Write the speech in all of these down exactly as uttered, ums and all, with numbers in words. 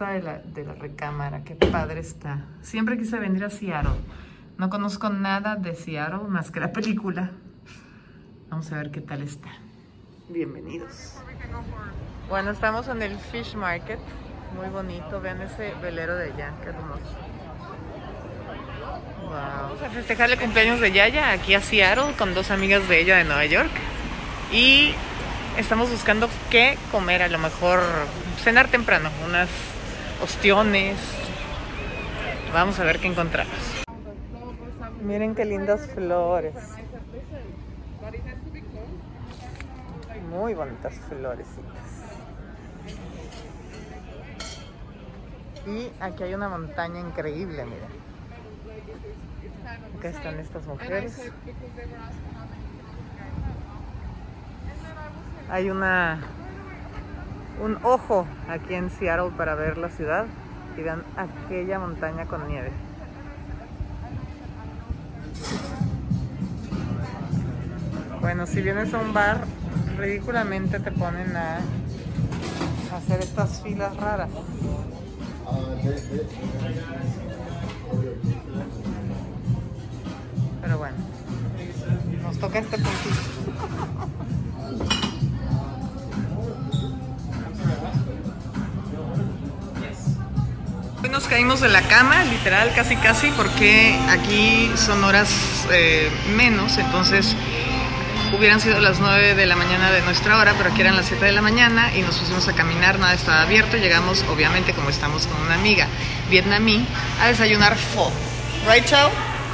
esta de la, de la recámara. Qué padre está. Siempre quise venir a Seattle. No conozco nada de Seattle más que la película. Vamos a ver qué tal está. Bienvenidos. Bueno, estamos en el Fish Market. Muy bonito. Vean ese velero de allá. Qué hermoso. Wow. Vamos a festejar el cumpleaños de Yaya aquí a Seattle con dos amigas de ella de Nueva York. Y estamos buscando qué comer. A lo mejor cenar temprano. Unas ostiones. Vamos a ver qué encontramos. Miren qué lindas flores. Muy bonitas florecitas. Y aquí hay una montaña increíble, miren. Acá están estas mujeres. Hay una un ojo aquí en Seattle para ver la ciudad. Y vean aquella montaña con nieve. Bueno, si vienes a un bar, ridículamente te ponen a hacer estas filas raras. Pero bueno, nos toca este puntito. Hoy nos caímos de la cama, literal, casi casi, porque aquí son horas eh, menos, entonces hubieran sido las nueve de la mañana de nuestra hora, pero aquí eran las siete de la mañana y nos pusimos a caminar, nada estaba abierto. Llegamos, obviamente, como estamos con una amiga vietnamí, a desayunar pho. Right, Chao?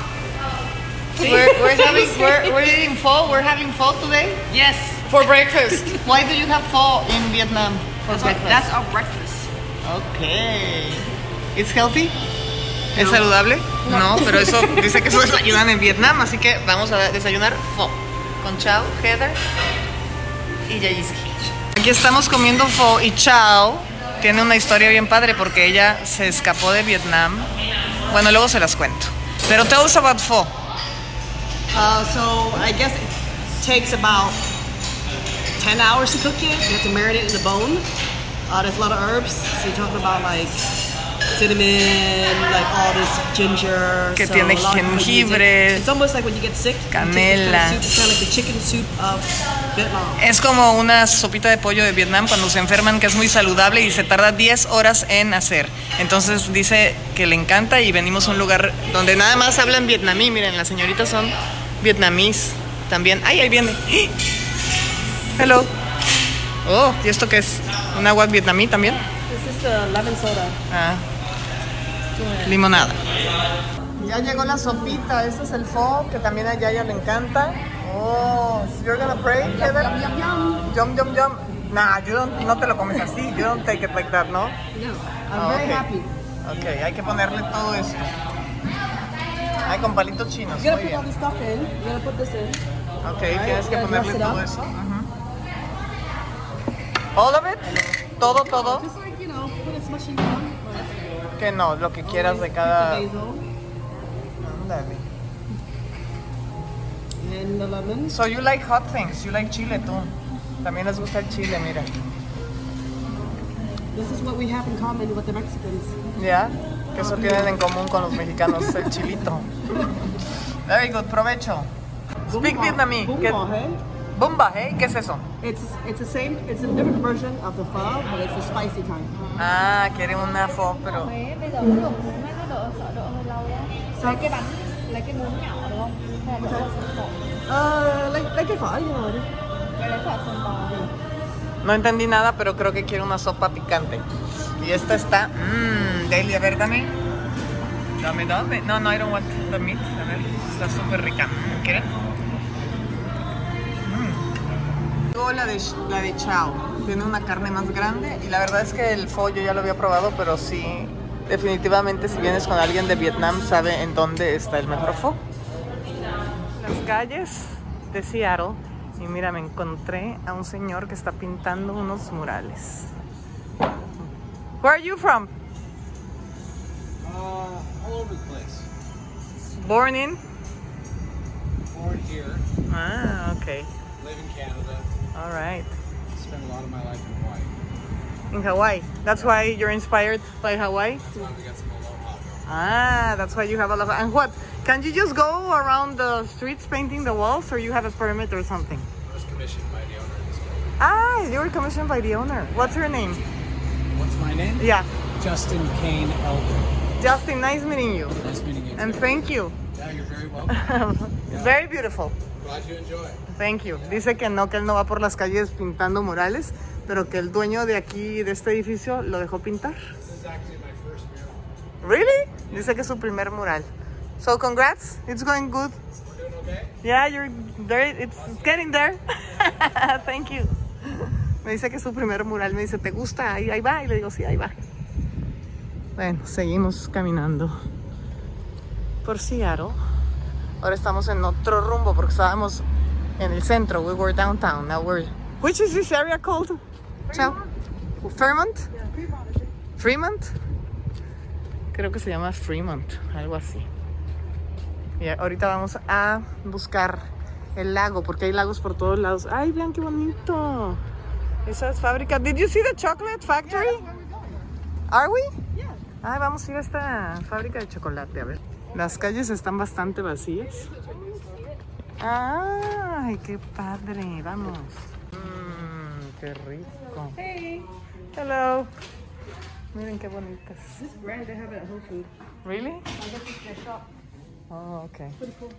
Sí. We're, we're, having, we're, we're eating pho. We're having pho today? Yes. For breakfast. Why do you have pho in Vietnam for That's breakfast? Our, that's our breakfast. Okay. It's healthy? No. ¿Es saludable? No. No, pero eso dice que eso desayunan en Vietnam, así que vamos a desayunar pho. Con Chao, Heather y Yayiski. Aquí estamos comiendo pho y Chao tiene una historia bien padre porque ella se escapó de Vietnam. Bueno, luego se las cuento. Pero tell us about pho. Uh, so I guess it takes about ten hours to cook it. You have to marinate in the bone. Uh, there's a lot of herbs. So you're talking about like cinnamon, like all this ginger. Que so tiene jengibre. It. It's almost like when you get sick. Canela. You take this kind of soup. It's kind of like the chicken soup of Vietnam. Es como una sopita de pollo de Vietnam cuando se enferman, que es muy saludable y se tarda diez horas en hacer. Entonces dice que le encanta y venimos a un lugar donde nada más hablan vietnamí. Miren, las señoritas son vietnamís también. ¡Ay, ahí viene! Hello. Oh, ¿y esto qué es? ¿Un agua vietnamí también? This is the lemon soda. Ah. Limonada. Ya llegó la sopita. Este es el pho, que también a Yaya le encanta. Oh, so you're gonna pray, Heather? Yum, yum, yum. Yum, yum, yum. Nah, you don't, no te lo comes así. You don't take it like that, ¿no? No, I'm Oh, very okay. happy. Ok, hay que ponerle todo esto. Ay, con palitos chinos. You're Muy gonna put all bien. this stuff in. You're gonna put this in. Ok, Alright, tienes que yeah, ponerle dress it todo up. eso. Uh-huh. All of it? Todo, todo. Just like, you know, put as much as you want. Que no, lo que quieras de Always cada. keep the basil Ándale. and the lemon. So you like hot things, you like chile tú. También les gusta el chile, mira. This is what we have in common with the Mexicans. ¿Ya? Que eso tienen en común con los mexicanos, el chilito. Very good, provecho. Speak Bumba. Vietnamese. ¿Qué- Bumba, hey? Bumba, ¿eh? ¿Qué es eso? It's it's the same. It's a different version of the pho, but it's the spicy kind. Ah, quiere una pho, pero... Huế bây giờ nó đổ nó nó đỡ sợ đỡ hơi lâu á. Lấy cái bánh, lấy cái muỗng nhỏ đúng không? Hay là đỡ sườn bò? Uh, lấy lấy cái phở như rồi đi. Cái lấy phở sườn bò. No entendí nada, pero creo que quiere una sopa picante. Y esta está... Mmm, Daily, a ver, dame. Dame, dame. No, no, I don't want the meat. A ver, está súper rica. ¿Quieren? Mm. Luego la de, la de Chao. Tiene una carne más grande. Y la verdad es que el pho yo ya lo había probado, pero sí... Definitivamente, si vienes con alguien de Vietnam, sabe en dónde está el mejor pho. Las calles de Seattle. Y mira, me encontré a un señor que está pintando unos murales. Where are you from? Uh, all over the place. Born in? Born here, Ah, okay. live in Canada, All right. spent a lot of my life in Hawaii. In Hawaii. That's why you're inspired by Hawaii? Ah, that's why you have a lot of... And what? Can you just go around the streets painting the walls, or you have a permit or something? I was commissioned by the owner of this building. Ah, you were commissioned by the owner. What's her name? What's my name? Yeah. Justin Kane Elder. Justin, nice meeting you. Nice meeting you. And thank you. Yeah, you're very welcome. Very beautiful. Glad you enjoy. Thank you. Dice que no, que él no va por las calles pintando murales, pero que el dueño de aquí, de este edificio, lo dejó pintar. This is actually my first mural. Really? Dice que es su primer mural. So congrats, it's going good. We're doing okay? Yeah, you're there, it's getting there. Thank you. Me dice que es su primer mural, me dice, ¿te gusta? Ahí, ahí va, y le digo, sí, ahí va. Bueno, seguimos caminando por Seattle. Ahora estamos en otro rumbo porque estábamos en el centro. We were downtown, now we're... Which is this area called? Fremont. Fremont? Yeah, Fremont, I think. Fremont? Creo que se llama Fremont, algo así. Y ahorita vamos a buscar el lago, porque hay lagos por todos lados. ¡Ay, vean qué bonito! Esas fábricas. Did you see the chocolate factory? Yeah, that's where we're going. Are we? Yeah. Ay, vamos a ir a esta fábrica de chocolate, a ver. Las calles están bastante vacías. ¡Ay, qué padre! Vamos. Mmm, qué rico. Hey. Hello. Miren qué bonitas. This brand they have it at Whole Foods. Really? I guess it's their shop. Oh, okay. Pretty cool.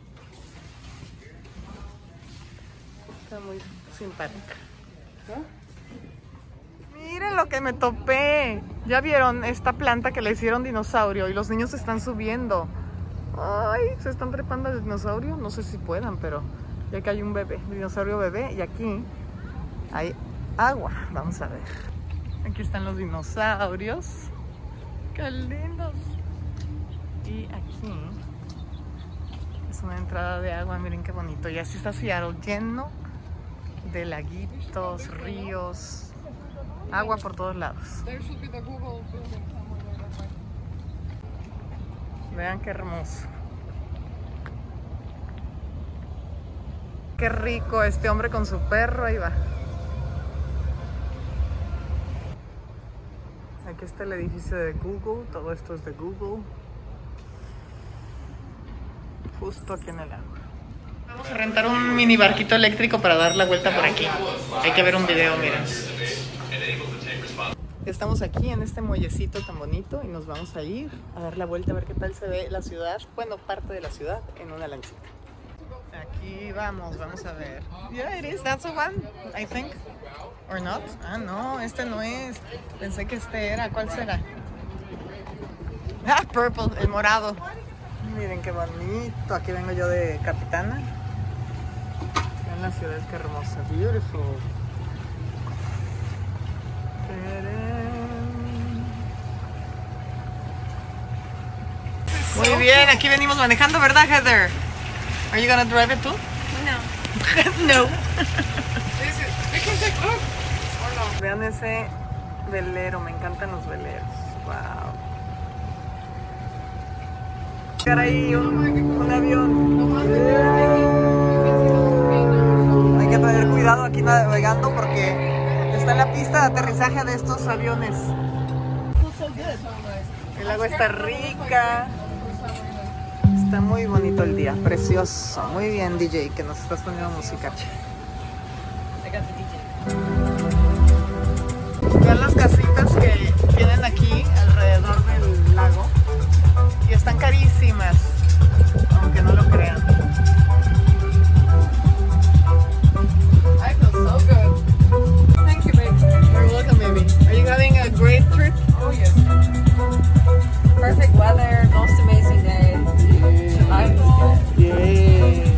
Está muy simpática. Huh? Miren lo que me topé. ¿Ya vieron esta planta que le hicieron dinosaurio? Y los niños se están subiendo. Ay, se están trepando al dinosaurio. No sé si puedan, pero ya que hay un bebé, dinosaurio bebé. Y aquí hay agua. Vamos a ver. Aquí están los dinosaurios. ¡Qué lindos! Y aquí es una entrada de agua. Miren qué bonito. Y así está Seattle, lleno de laguitos, ríos, agua por todos lados. Vean qué hermoso. Qué rico este hombre con su perro. Ahí va. Aquí está el edificio de Google. Todo esto es de Google. Justo aquí en el agua. Vamos a rentar un mini barquito eléctrico para dar la vuelta por aquí. Hay que ver un video, miren. Estamos aquí en este muellecito tan bonito y nos vamos a ir a dar la vuelta a ver qué tal se ve la ciudad, bueno, parte de la ciudad en una lanchita. Aquí vamos, vamos a ver. Yeah, it is. That's the one, I think. Or not? Ah, no, este no es. Pensé que este era. ¿Cuál será? Ah, purple, el morado. Miren qué bonito. Aquí vengo yo de capitana. Vean la ciudad, qué hermosa. Beautiful. Muy bien, aquí venimos manejando, ¿verdad, Heather? Are you gonna drive it too? No. No. We can take look. Or no. Vean ese velero, me encantan los veleros. Wow. Llegar ahí un, un avión. Hay que tener cuidado aquí navegando porque está en la pista de aterrizaje de estos aviones. Feels so good. El agua está rica. Está muy bonito el día, precioso. Muy bien, D J, que nos estás poniendo música. I got the D J. Vean las casitas que tienen aquí alrededor del lago. Y están carísimas, aunque no lo crean. I feel so good. Thank you, babe. You're welcome, baby. Are you having a great trip? Oh, yes. Perfect weather, most amazing day. Life is good. Yeah.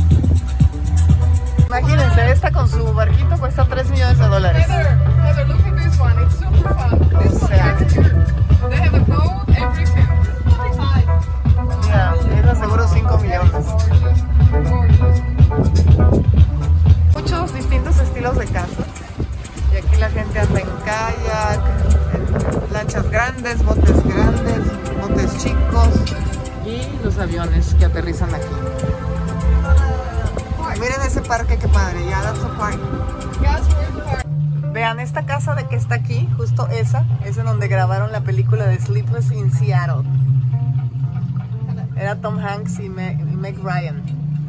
Imagínense, esta con su barquito cuesta tres millones de dólares. Heather, Heather, look at this one. It's super fun. This O one sea, right here. They have a boat, everything. forty-five. ya, es de seguro cinco millones. Gorgeous. Gorgeous. Muchos distintos estilos de casas. Y aquí la gente anda en kayak, en lanchas grandes, botes grandes, botes chicos y los aviones que aterrizan aquí. Miren ese parque, qué padre. Ya, that's a park. Guys, where's the park? Vean, esta casa de que está aquí, justo esa, es en donde grabaron la película de Sleepless in Seattle. Era Tom Hanks y Meg, y Meg Ryan.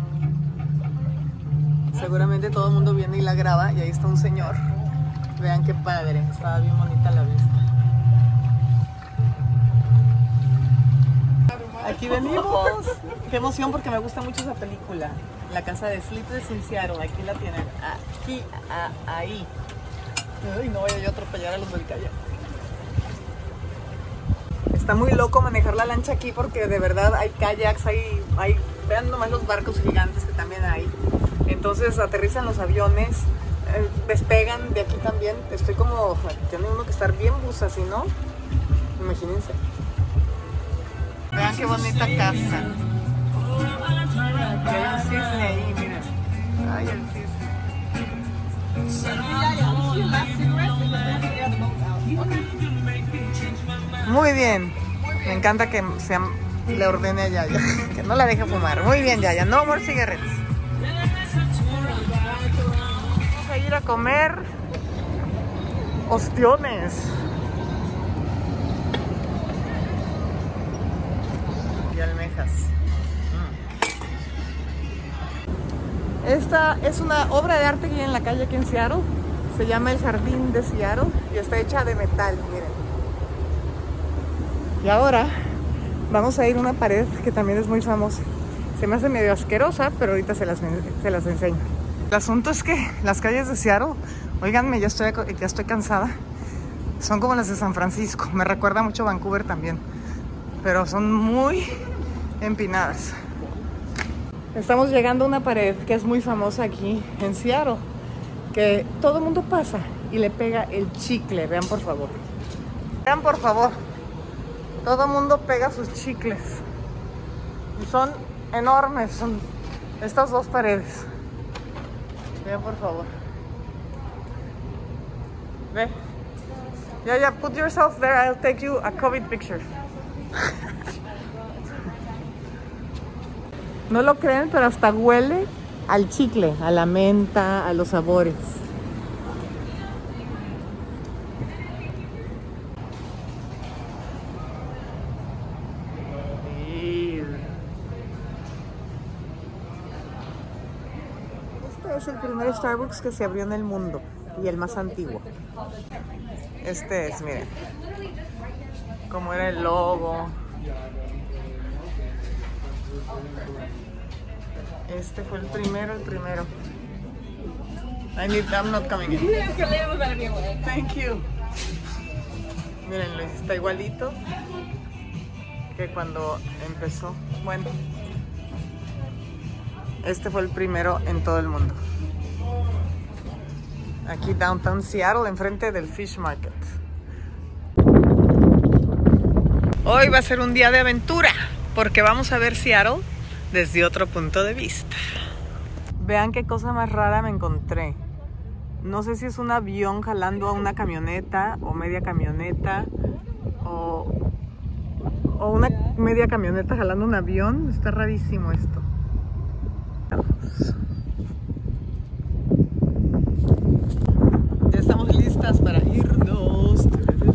Seguramente todo el mundo viene y la graba, y ahí está un señor. Vean qué padre, estaba bien bonita la vista. Aquí venimos. Qué emoción, porque me gusta mucho esa película. La casa de Sleepless in Seattle. Aquí la tienen. Aquí, a, ahí. Ay, no vaya yo a atropellar a los del kayak. Está muy loco manejar la lancha aquí, porque de verdad hay kayaks, hay, hay, vean nomás los barcos gigantes que también hay. Entonces aterrizan los aviones, eh, despegan de aquí también. Estoy como, tiene uno que estar bien busa, si no, imagínense. Vean qué bonita casa. Y hay un cisne ahí, miren. Ay, el cisne. Muy bien. Me encanta que se le ordene a Yaya que no la deje fumar. Muy bien, Yaya. No more cigarettes. Vamos a ir a comer ostiones. Y almejas. Mm. Esta es una obra de arte que hay en la calle aquí en Seattle. Se llama el Jardín de Seattle y está hecha de metal, miren. Y ahora vamos a ir a una pared que también es muy famosa. Se me hace medio asquerosa, pero ahorita se las, se las enseño. El asunto es que las calles de Seattle, oiganme, ya estoy, ya estoy cansada. Son como las de San Francisco. Me recuerda mucho a Vancouver también. Pero son muy empinadas. Estamos llegando a una pared que es muy famosa aquí en Seattle, que todo el mundo pasa y le pega el chicle. Vean por favor. Vean por favor. Todo el mundo pega sus chicles. Y son enormes. Son estas dos paredes. Vean por favor. Ve. Yeah, yeah, put yourself there. I'll take you a COVID picture. No lo creen, pero hasta huele al chicle, a la menta, a los sabores. Este es el primer Starbucks que se abrió en el mundo y el más antiguo. Este es, miren, cómo era el logo. Este fue el primero, el primero. I need, I'm not coming in. Thank you. Miren, está igualito que cuando empezó. Bueno, este fue el primero en todo el mundo. Aquí downtown Seattle, enfrente del Fish Market. Hoy va a ser un día de aventura, porque vamos a ver Seattle desde otro punto de vista. Vean qué cosa más rara me encontré. No sé si es un avión jalando a una camioneta o media camioneta o, o una media camioneta jalando un avión. Está rarísimo esto. Ya estamos listas para irnos.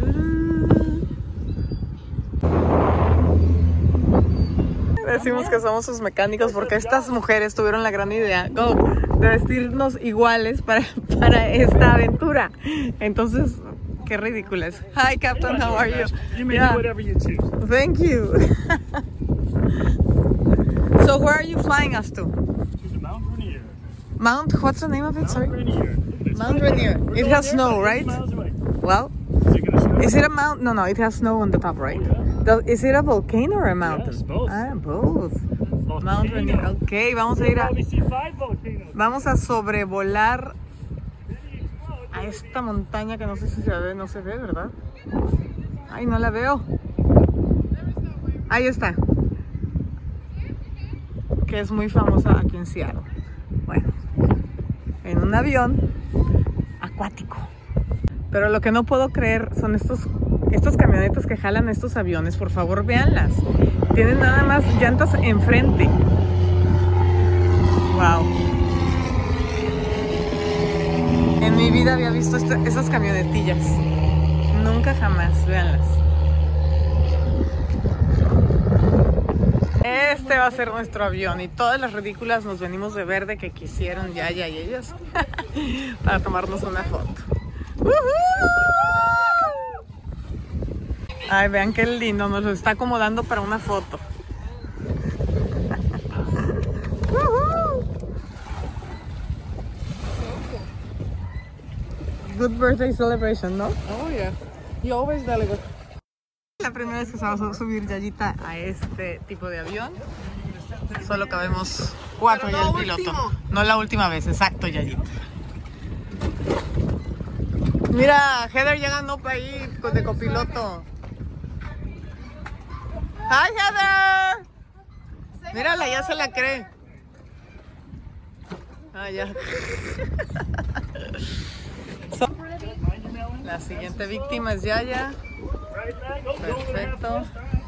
Decimos que somos sus mecánicos porque estas mujeres tuvieron la gran idea go, de vestirnos iguales para, para esta aventura. Entonces, qué ridículo es. Hi, Captain, how are you? You may Yeah. do whatever you choose. Thank you. So, where are you flying us to? To the Mount Rainier. Mount, what's the name of it? Mount Sorry. Rainier. It's Mount right Rainier. there. We're It going has there, snow, about right? eighty miles away. Well, Is it gonna snow? is it a mount? No, no, it has snow on the top, right? Oh, yeah. Does, is it a volcano or a mountain? Yes, both. Ah, both. Volcano. Mount Rainier. Ok, vamos a We'll ir a... probably see five volcanoes. Vamos a sobrevolar a esta montaña que no sé si se ve, no se ve, ¿verdad? Ay, no la veo. Ahí está. Que es muy famosa aquí en Seattle. Bueno, en un avión acuático. Pero lo que no puedo creer son estos, estos camionetas que jalan estos aviones. Por favor, véanlas. Tienen nada más llantas enfrente. Wow. En mi vida había visto este, esas camionetillas. Nunca jamás, véanlas. Este va a ser nuestro avión y todas las ridículas nos venimos de verde que quisieron Yaya y ellos para tomarnos una foto. ¡Uh-huh! Ay, vean qué lindo, nos lo está acomodando para una foto. ¡Uh-huh! Good birthday celebration, ¿no? Oh yeah. You always delegate. La primera vez que se va a subir Yayita a este tipo de avión. Solo cabemos cuatro Pero y no el piloto. último. No la última vez, exacto, Yayita. Mira, Heather ya ganó para ir de copiloto. ¡Hi, Heather! Mírala, ya se la cree. Ah, ya. So- la siguiente víctima es Yaya. Right back. Oh, go over there. Perfecto.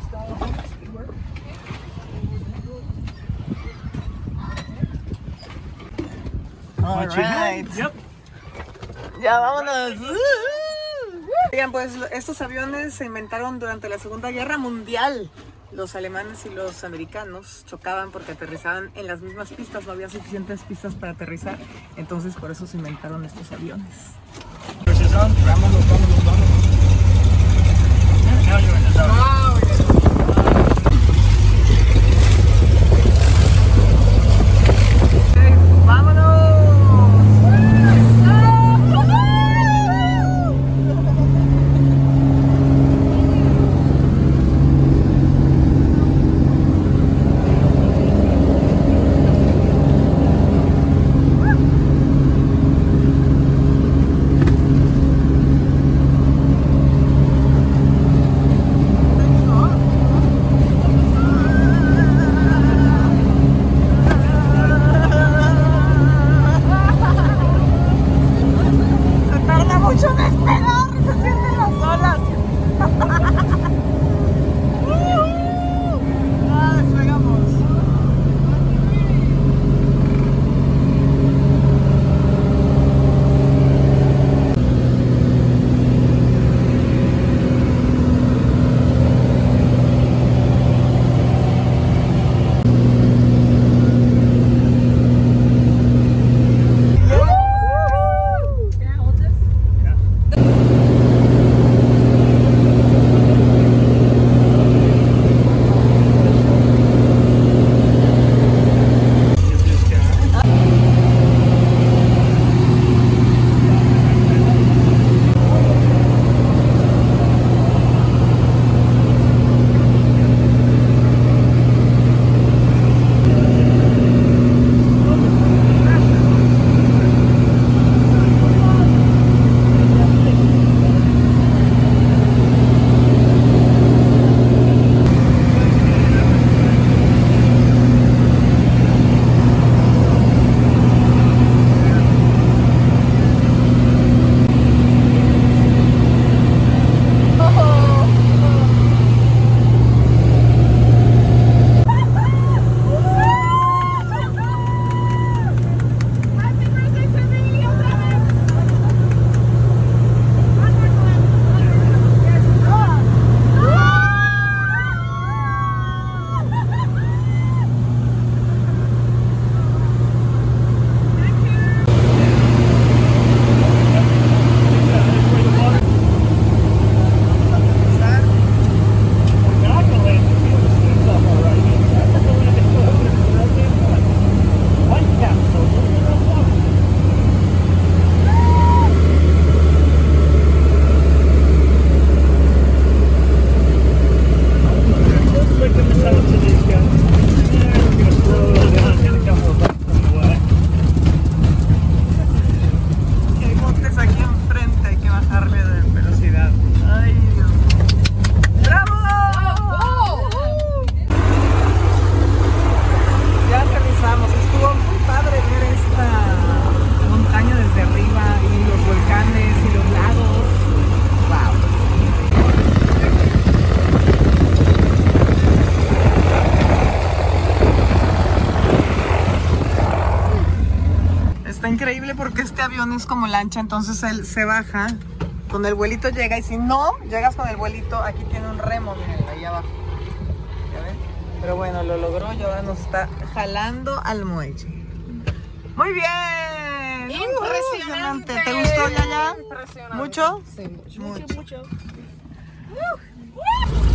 All Watch your head. right. Yep. Ya vámonos. Oigan, pues estos aviones se inventaron durante la Segunda Guerra Mundial. Los alemanes y los americanos chocaban porque aterrizaban en las mismas pistas, no había suficientes pistas para aterrizar, entonces por eso se inventaron estos aviones. Pushes on. Vámonos, vámonos, vámonos. Now you're in the zone. Okay, ¡vámonos! que avión es como lancha, entonces él se baja, con el vuelito llega, y si no llegas con el vuelito, aquí tiene un remo, miren, ahí abajo. ¿Ya ven? Pero bueno, lo logró y ahora nos está jalando al muelle. ¡Muy bien! Impresionante. ¿Te gustó, Yaya? Impresionante. ¿Mucho? Sí, mucho. Mucho. mucho. Uh, uh.